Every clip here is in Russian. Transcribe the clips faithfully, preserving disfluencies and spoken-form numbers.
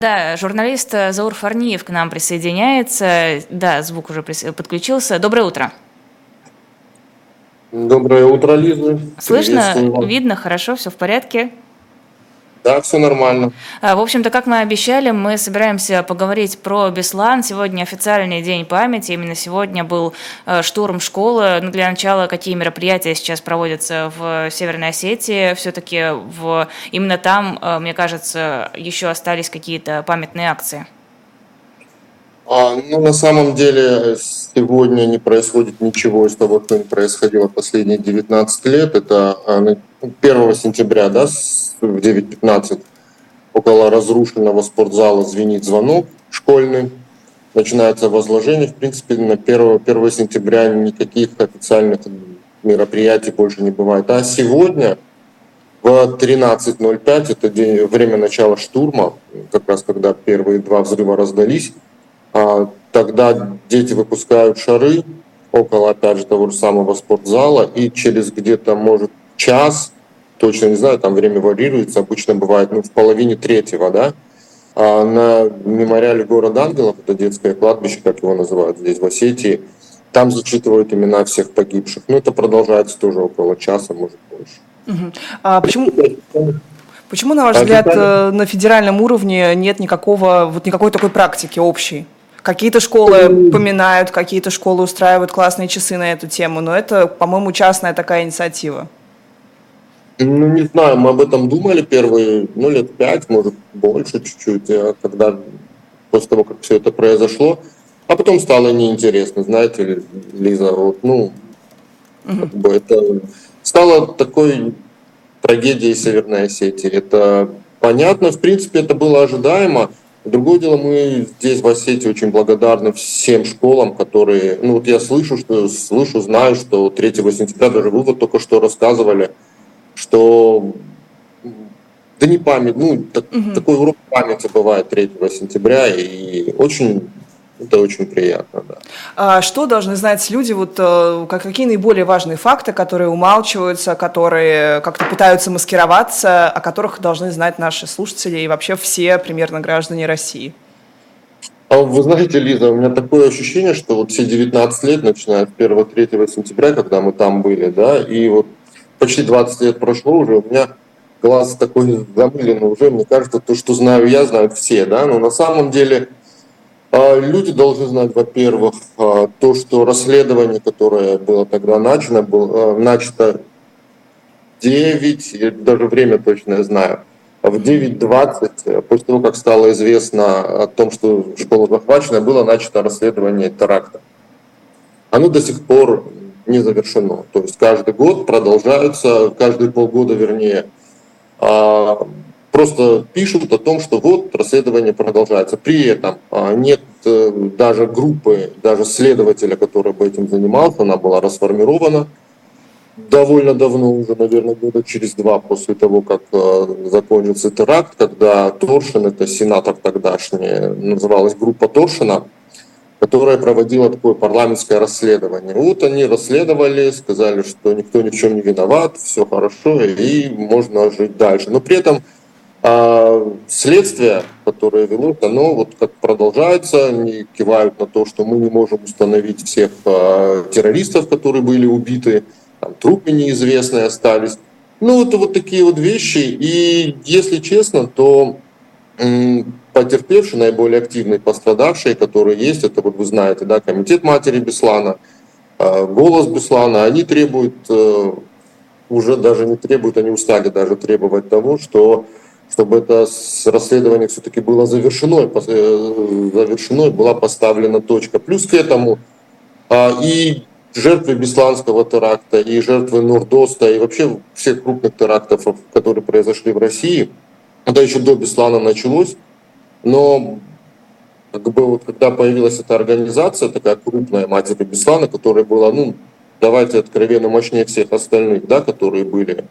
Да, журналист э, Заур Фарниев к нам присоединяется. Да, звук уже прис- подключился. Доброе утро. Доброе утро, Лиза. Слышно, Приветствую вас. видно, хорошо, все в порядке. Да, все нормально. А, В общем-то, как мы обещали, мы собираемся поговорить про Беслан. Сегодня официальный день памяти. Именно сегодня был э, штурм школы. Ну, для начала, какие мероприятия сейчас проводятся в Северной Осетии? Все-таки в... именно там, э, мне кажется, еще остались какие-то памятные акции. А, ну, на самом деле, сегодня не происходит ничего из того, что не происходило последние девятнадцать лет. Это а, на- первого сентября, да, с- в девять пятнадцать около разрушенного спортзала звенит звонок школьный. Начинается возложение. В принципе, на первого первого сентября никаких официальных мероприятий больше не бывает. А сегодня в тринадцать ноль пять, это день, время начала штурма, как раз когда первые два взрыва раздались, а, тогда дети выпускают шары около, опять же, того же самого спортзала, и через где-то, может, час, точно не знаю, там время варьируется, обычно бывает, ну, в половине третьего, да, а на мемориале «Город ангелов», это детское кладбище, как его называют здесь, в Осетии, там зачитывают имена всех погибших. Ну, это продолжается тоже около часа, может, больше. Мгм. А почему, почему, на ваш взгляд, Официально. э, на федеральном уровне нет никакого, вот никакой такой практики общей? Какие-то школы поминают, какие-то школы устраивают классные часы на эту тему, но это, по-моему, частная такая инициатива. Ну, не знаю, мы об этом думали первые, ну, лет пять, может, больше чуть-чуть, э, когда, после того, как все это произошло. А потом стало неинтересно, знаете, ли, Лиза, вот, ну, как бы это стало такой трагедией Северной Осетии. Это понятно, в принципе, это было ожидаемо. Другое дело, мы здесь, в Осетии, очень благодарны всем школам, которые... Ну, вот я слышу, что, слышу, знаю, что третьего сентября, даже вы вот только что рассказывали, что да не память, ну, так- такой урок памяти бывает третьего сентября, и очень, это очень приятно, да. А что должны знать люди, вот, э, как- какие наиболее важные факты, которые умалчиваются, которые как-то пытаются маскироваться, о которых должны знать наши слушатели и вообще все примерно граждане России? А вы знаете, Лиза, у меня такое ощущение, что вот все девятнадцать лет, начиная с первого-третьего сентября, когда мы там были, да, и вот почти двадцать лет прошло уже, у меня глаз такой замыленный уже, мне кажется, то, что знаю я, знают все, да, но на самом деле а, люди должны знать, во-первых, а, то, что расследование, которое было тогда начато, было, а, начато девять, я даже время точно я знаю, а в девять двадцать, э, после того, как стало известно о том, что школа захвачена, было начато расследование теракта. Оно до сих пор не завершено. То есть каждый год продолжаются, каждые полгода, вернее, а, просто пишут о том, что вот расследование продолжается. При этом а, нет э, даже группы, даже следователя, который бы этим занимался, она была расформирована довольно давно, уже, наверное, года через два после того, как э, закончился теракт, когда Торшин, это сенатор тогдашний, называлась группа Торшина, которая проводила такое парламентское расследование. Вот они расследовали, сказали, что никто ни в чем не виноват, все хорошо и можно жить дальше. Но при этом а следствие, которое велось, оно вот как продолжается, они кивают на то, что мы не можем установить всех а, террористов, которые были убиты, там трупы неизвестные остались. Ну, это вот такие вот вещи. И если честно, то м, потерпевшие, наиболее активные пострадавшие, которые есть, это вот вы знаете, да, комитет матери Беслана, а, голос Беслана, они требуют, э, уже даже не требуют, они устали даже требовать того, что чтобы это расследование все-таки было завершено, э, завершено и была поставлена точка. Плюс к этому а, и жертвы Бесланского теракта, и жертвы Нурдоста, и вообще всех крупных терактов, которые произошли в России, это еще до Беслана началось, но как бы вот когда появилась эта организация, такая крупная, Матери Беслана, которая была, ну, давайте откровенно, мощнее всех остальных, да, которые были,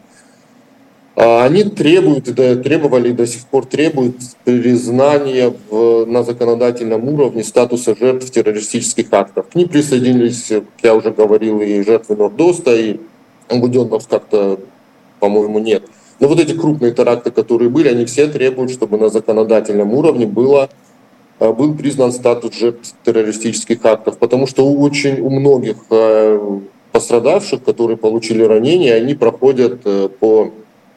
а они требуют, и до- требовали и до сих пор требуют признания в- на законодательном уровне статуса жертв террористических актов. К ним присоединились, как я уже говорил, и жертвы Нордоста, и Буденновск как-то, по-моему, нет. Но вот эти крупные теракты, которые были, они все требуют, чтобы на законодательном уровне было, был признан статус жертв террористических актов, потому что у очень у многих пострадавших, которые получили ранения, они проходят по,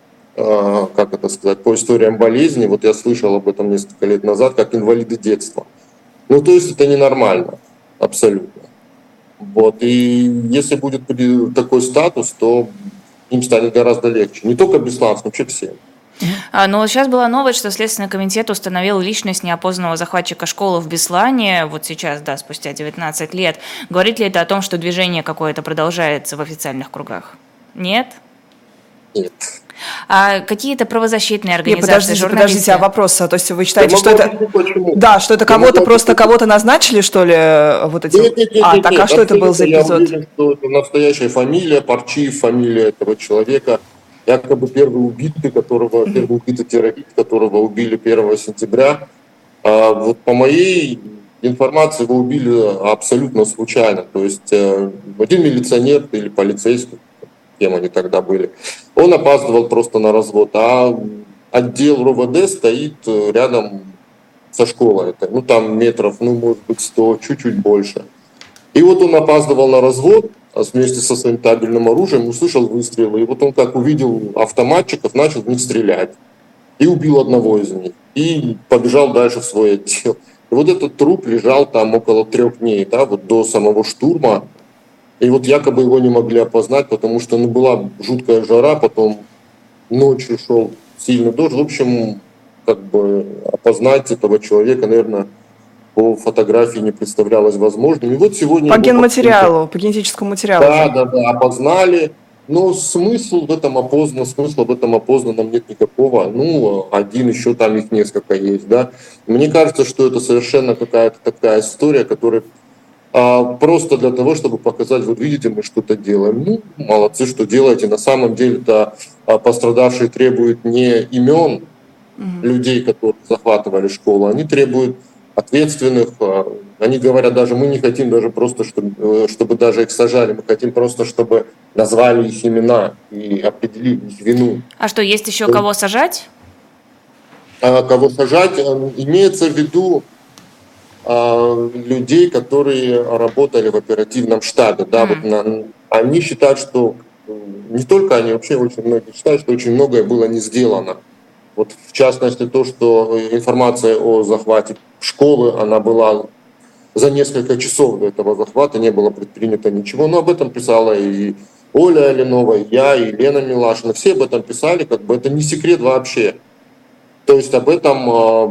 как это сказать, по историям болезни. Вот я слышал об этом несколько лет назад, как инвалиды детства. Ну, то есть это ненормально, абсолютно. Вот. И если будет такой статус, то им станет гораздо легче. Не только Беслан, но вообще всем. Но сейчас была новость, что Следственный комитет установил личность неопознанного захватчика школы в Беслане. Вот сейчас, да, спустя девятнадцать лет. Говорит ли это о том, что движение какое-то продолжается в официальных кругах? Нет? Нет. А какие-то правозащитные организации, Нет, подождите, журналисты? подождите, а вопрос, то есть вы считаете, Я что это... Почему? Да, что это кого-то могу просто кого-то назначили, что ли, вот эти... Нет, нет, нет, а, нет, так нет, а что это был за я эпизод? уверен, что это настоящая фамилия, Парчиев, фамилия этого человека, якобы первый убитый, которого, mm-hmm. первый убитый террорист, которого убили первого сентября. А вот по моей информации его убили абсолютно случайно. То есть один милиционер или полицейский, кем они тогда были, он опаздывал просто на развод, а отдел РОВД стоит рядом со школой. Это, ну там метров, ну может быть сто, чуть-чуть больше. И вот он опаздывал на развод, вместе со своим табельным оружием, услышал выстрелы. И вот он как увидел автоматчиков, начал в них стрелять. И убил одного из них. И побежал дальше в свой отдел. И вот этот труп лежал там около трех дней, да, вот до самого штурма. И вот якобы его не могли опознать, потому что ну, была жуткая жара, потом ночью шел сильный дождь. В общем, как бы опознать этого человека, наверное, по фотографии не представлялось возможным. И вот сегодня... По генматериалу, по генетическому материалу. Да, да, да, опознали. Но смысл в этом опознан, смысла в этом опознанном нет никакого. Ну, один еще там их несколько есть, да. Мне кажется, что это совершенно какая-то такая история, которая а, просто для того, чтобы показать, вот видите, мы что-то делаем. Ну, молодцы, что делаете. На самом деле-то а, пострадавшие требуют не имен mm-hmm. людей, которые захватывали школу, они требуют ответственных. Они говорят, даже мы не хотим даже просто, чтобы, чтобы даже их сажали, мы хотим просто, чтобы назвали их имена и определили их вину. А что, есть еще кого сажать? А, кого сажать? Имеется в виду а, людей, которые работали в оперативном штабе. Да, mm. вот на, они считают, что не только они, вообще очень многие считают, что очень многое было не сделано. Вот в частности то, что информация о захвате школы, она была за несколько часов до этого захвата, не было предпринято ничего. Но об этом писала и Оля Алинова, и я, и Лена Милашина. Все об этом писали, как бы это не секрет вообще. То есть об этом э,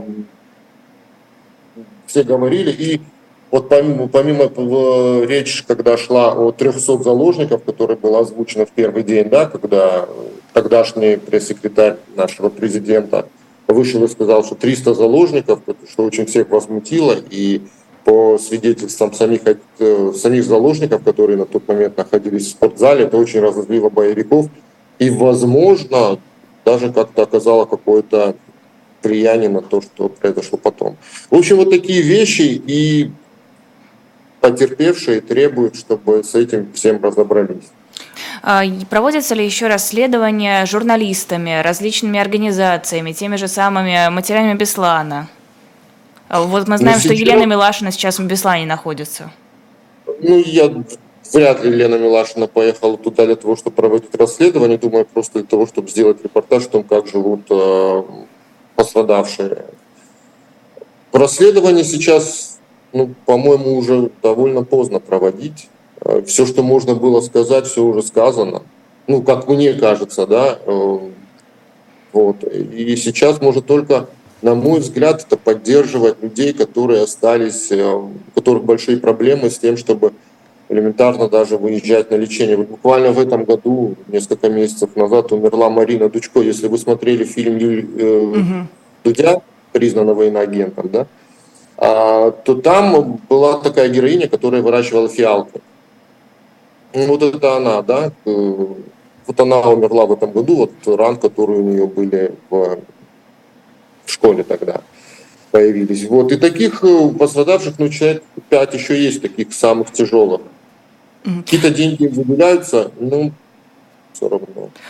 все говорили. И вот помимо, помимо э, речь, когда шла о трехсот заложников, которая была озвучена в первый день, да, когда тогдашний пресс-секретарь нашего президента вышел и сказал, что триста заложников, что очень всех возмутило, и по свидетельствам самих, самих заложников, которые на тот момент находились в спортзале, это очень разозлило боевиков, и, возможно, даже как-то оказало какое-то влияние на то, что произошло потом. В общем, вот такие вещи, и потерпевшие требуют, чтобы с этим всем разобрались. Проводятся ли еще расследования журналистами, различными организациями, теми же самыми матерями Беслана? Вот мы знаем, ну, что Елена Милашина сейчас в Беслане находится. Ну, я вряд ли Елена Милашина поехала туда для того, чтобы проводить расследование. Думаю, просто для того, чтобы сделать репортаж о том, как живут э, пострадавшие. Расследование сейчас, ну, по-моему, уже довольно поздно проводить. Все, что можно было сказать, все уже сказано. Ну, как мне кажется, да. Вот. И сейчас можно только, на мой взгляд, это поддерживать людей, которые остались, у которых большие проблемы с тем, чтобы элементарно даже выезжать на лечение. Вот буквально в этом году, несколько месяцев назад, умерла Марина Дучко. Если вы смотрели фильм Юрия э, угу. Дудя, признанного иноагентом, да, а, то там была такая героиня, которая выращивала фиалки. Вот это она, да, вот она умерла в этом году, вот ран, которые у нее были в, в школе тогда появились. Вот, и таких пострадавших, ну, человек пять еще есть, таких самых тяжелых. Mm-hmm. Какие-то деньги выделяются, ну, все равно.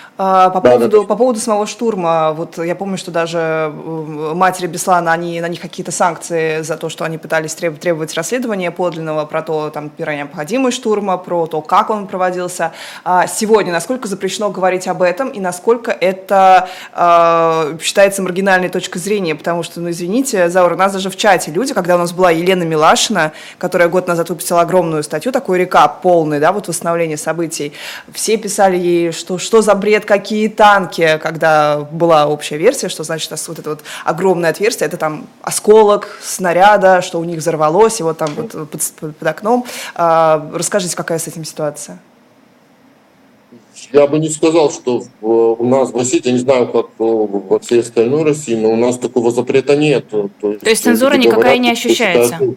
А, По Да, да, поводу, да. по поводу самого штурма, вот я помню, что даже э, матери Беслана, они, на них какие-то санкции за то, что они пытались треб- требовать расследования подлинного про то, там, про необходимость штурма, про то, как он проводился. А сегодня насколько запрещено говорить об этом и насколько это э, считается маргинальной точкой зрения, потому что, ну, извините, Заур, у нас даже в чате люди, когда у нас была Елена Милашина, которая год назад выпустила огромную статью, такой рекап полный, да, вот восстановление событий, все писали ей, что, что за бред, какие танки, когда была общая версия, что значит вот это вот огромное отверстие, это там осколок снаряда, что у них взорвалось, и вот там вот под, под окном. А, расскажите, какая с этим ситуация? Я бы не сказал, что в- у нас в России, я не знаю, как во всей остальной России, но у нас такого запрета нет. То есть, То есть цензура люди никакая говорят, не что считают, ощущается?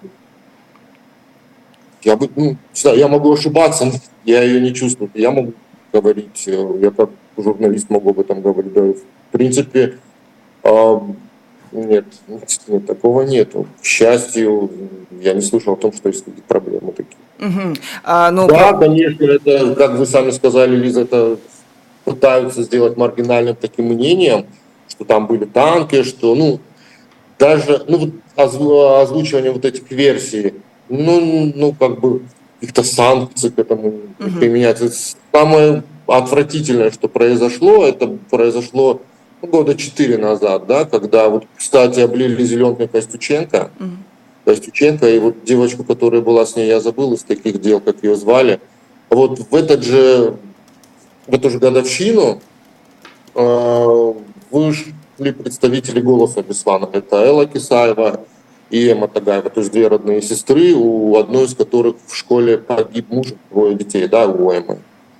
Я бы, ну, не знаю, я могу ошибаться, но я ее не чувствую. Я могу говорить, э, я как журналист могу об этом говорить. Да. В принципе, а, нет, нет, такого нету. К счастью, я не слышал о том, что есть какие-то проблемы такие. Угу. А, ну, Да, про... конечно, это, как вы сами сказали, Лиза, это пытаются сделать маргинальным таким мнением, что там были танки, что, ну, даже, ну, вот озву- озвучивание вот этих версий, ну, ну, как бы каких-то санкций к этому не Мгм. применяется. Самое отвратительное, что произошло, это произошло ну, года четыре назад, да, когда вот, кстати, облили зеленкой Костюченко, Мгм. Костюченко, и вот девочку, которая была с ней, я забыл из таких дел, как ее звали. Вот в этот же, в эту же годовщину э, вышли представители «Голоса Беслана». Это Элла Кисаева и Эмма Тагаева, то есть две родные сестры, у одной из которых в школе погиб муж, двое детей, да, у Эммы.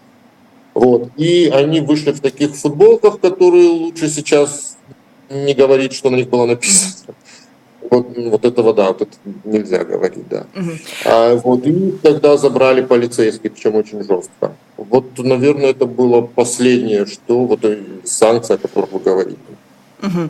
Вот. И они вышли в таких футболках, которые лучше сейчас не говорить, что на них было написано. Вот, вот этого, да, вот это нельзя говорить, да. Мгм. А, вот, и тогда забрали полицейские, причем очень жестко. Вот, наверное, это было последнее, что вот э, санкция, о которой вы говорите. Мгм.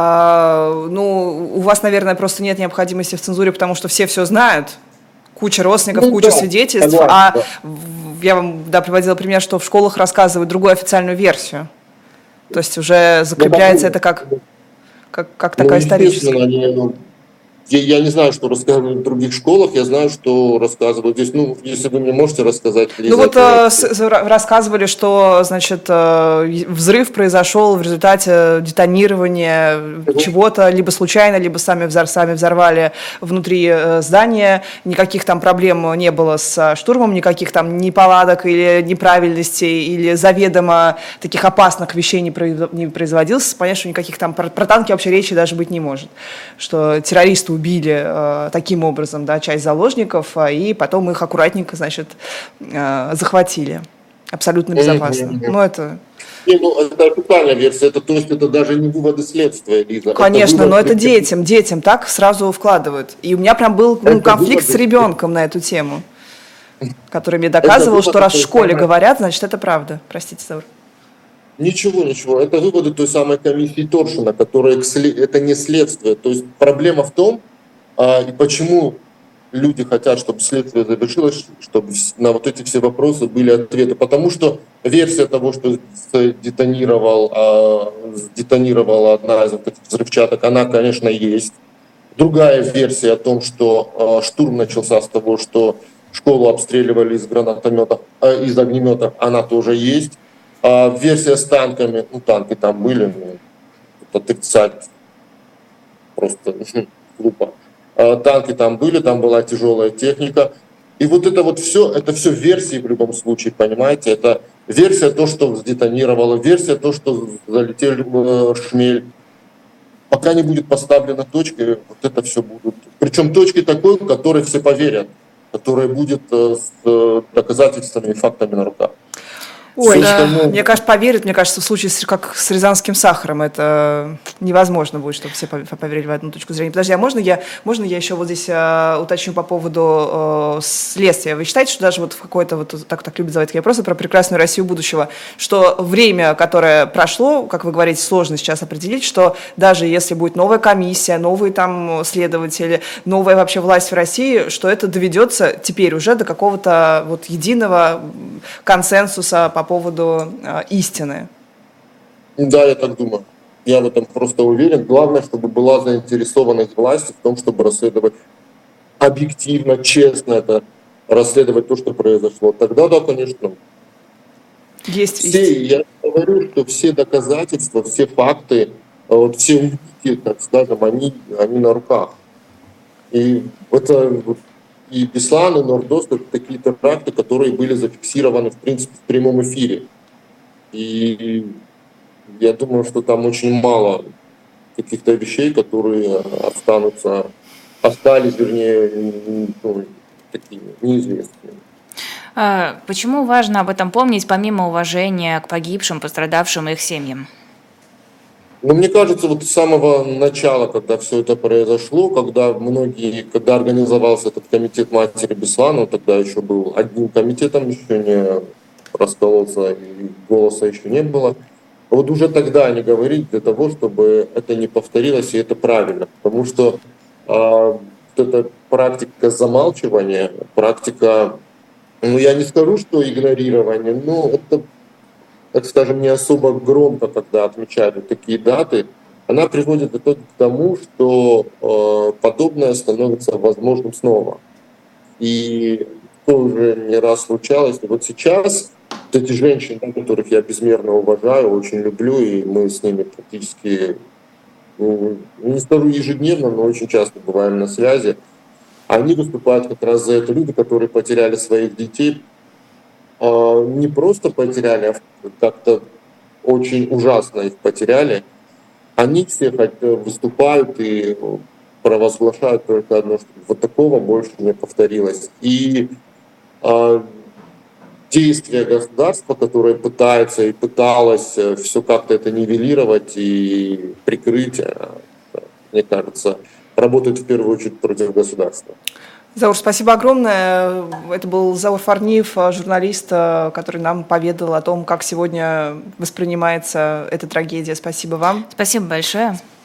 А, ну, у вас, наверное, просто нет необходимости в цензуре, потому что все все знают, куча родственников, Ну куча да, свидетельств, согласен, а да. в- я вам, да, приводила пример, что в школах рассказывают другую официальную версию. То есть уже закрепляется Ну, это как, как, как ну, такая историческая. естественно, они, ну, я, я не знаю, что рассказывают в других школах, я знаю, что рассказывают здесь. Ну, если вы мне можете рассказать, Лиза, Ну вот это- э, с- с- ра- рассказывали, что, значит, э, и- взрыв произошел в результате детонирования чего-то, либо случайно, либо сами, взор- сами взорвали внутри э, здания. Никаких там проблем не было с штурмом, никаких там неполадок или неправильностей, или заведомо таких опасных вещей не, произ- не производилось. Понятно, что никаких там про, про танки вообще речи даже быть не может. Что террористы убили э, таким образом, да, часть заложников, а, и потом их аккуратненько, значит, э, захватили. Абсолютно безопасно. Мгм. Ну, это, Не, ну, это официальная версия, это, то есть это даже не выводы следствия, Лиза. конечно, вывод- но это детям, детям так сразу вкладывают. И у меня прям был ну, Это конфликт с выводы. ребенком на эту тему, который мне доказывал, выводы что раз в той школе самой- говорят, значит, это правда. Простите, Заур. Ничего, ничего. Это выводы той самой комиссии Торшина, которая к сле- это не следствие. То есть проблема в том, а, и почему люди хотят, чтобы следствие завершилось, чтобы вс- на вот эти все вопросы были ответы. Потому что версия того, что детонировал, а, сдетонировала одна из вот этих взрывчаток, она, конечно, есть. Другая версия о том, что э, штурм начался с того, что школу обстреливали из гранатометов, э, из огнеметов, она тоже есть. А версия с танками, ну танки там были, ну, тут отрицать просто глупо. А танки там были, там была тяжелая техника. И вот это вот все, это все версии в любом случае, понимаете? Это версия то, что сдетонировало, версия то, что залетели в шмель. Пока не будет поставлена точка, вот это все будут. Причем точки такой, в которой все поверят, которая будет э, с э, доказательствами и фактами на руках. Ой, Всё да. остальное- Мне кажется, поверят, мне кажется, в случае, с- как с рязанским сахаром, это невозможно будет, чтобы все пов- поверили в одну точку зрения. Подожди, а можно я, можно я еще вот здесь э, уточню по поводу э, следствия? Вы считаете, что даже вот в какой-то, вот так, так любят задавать такие вопросы про прекрасную Россию будущего, что время, которое прошло, как вы говорите, сложно сейчас определить, что даже если будет новая комиссия, новые там следователи, новая вообще власть в России, что это доведется теперь уже до какого-то вот единого консенсуса по поводу э, истины. Да, я так думаю. Я в этом просто уверен. Главное, чтобы была заинтересованность власти в том, чтобы расследовать объективно, честно это, расследовать то, что произошло. Тогда, да, конечно. Есть, Все, есть. я говорю, что все доказательства, все факты, вот все улики, так скажем, они, они на руках. И это вот и Беслан, и Нордост — это такие теракты, которые были зафиксированы, в принципе, в прямом эфире. И я думаю, что там очень мало каких-то вещей, которые останутся, остались, вернее, ну, такими неизвестными. Почему важно об этом помнить, помимо уважения к погибшим, пострадавшим и их семьям? Ну, мне кажется, вот с самого начала, когда все это произошло, когда многие, когда организовался этот комитет матери Беслана, он тогда еще был одним комитетом, еще не раскололся, и голоса еще не было. Вот уже тогда они говорили для того, чтобы это не повторилось, и это правильно. Потому что а, вот эта практика замалчивания, практика, ну я не скажу, что игнорирование, но это, так скажем, не особо громко, когда отмечают вот такие даты, она приводит в итоге к тому, что э, подобное становится возможным снова. И это уже не раз случалось. И вот сейчас вот эти женщины, которых я безмерно уважаю, очень люблю, и мы с ними практически, ну, не скажу ежедневно, но очень часто бываем на связи, они выступают как раз за это. Люди, которые потеряли своих детей, не просто потеряли, а как-то очень ужасно их потеряли, они все выступают и провозглашают только одно, что вот такого больше не повторилось. И а, действия государства, которое пытается и пыталось все как-то это нивелировать и прикрыть, мне кажется, работает в первую очередь против государства. Заур, спасибо огромное. Это был Заур Фарниев, журналист, который нам поведал о том, как сегодня воспринимается эта трагедия. Спасибо вам. Спасибо большое.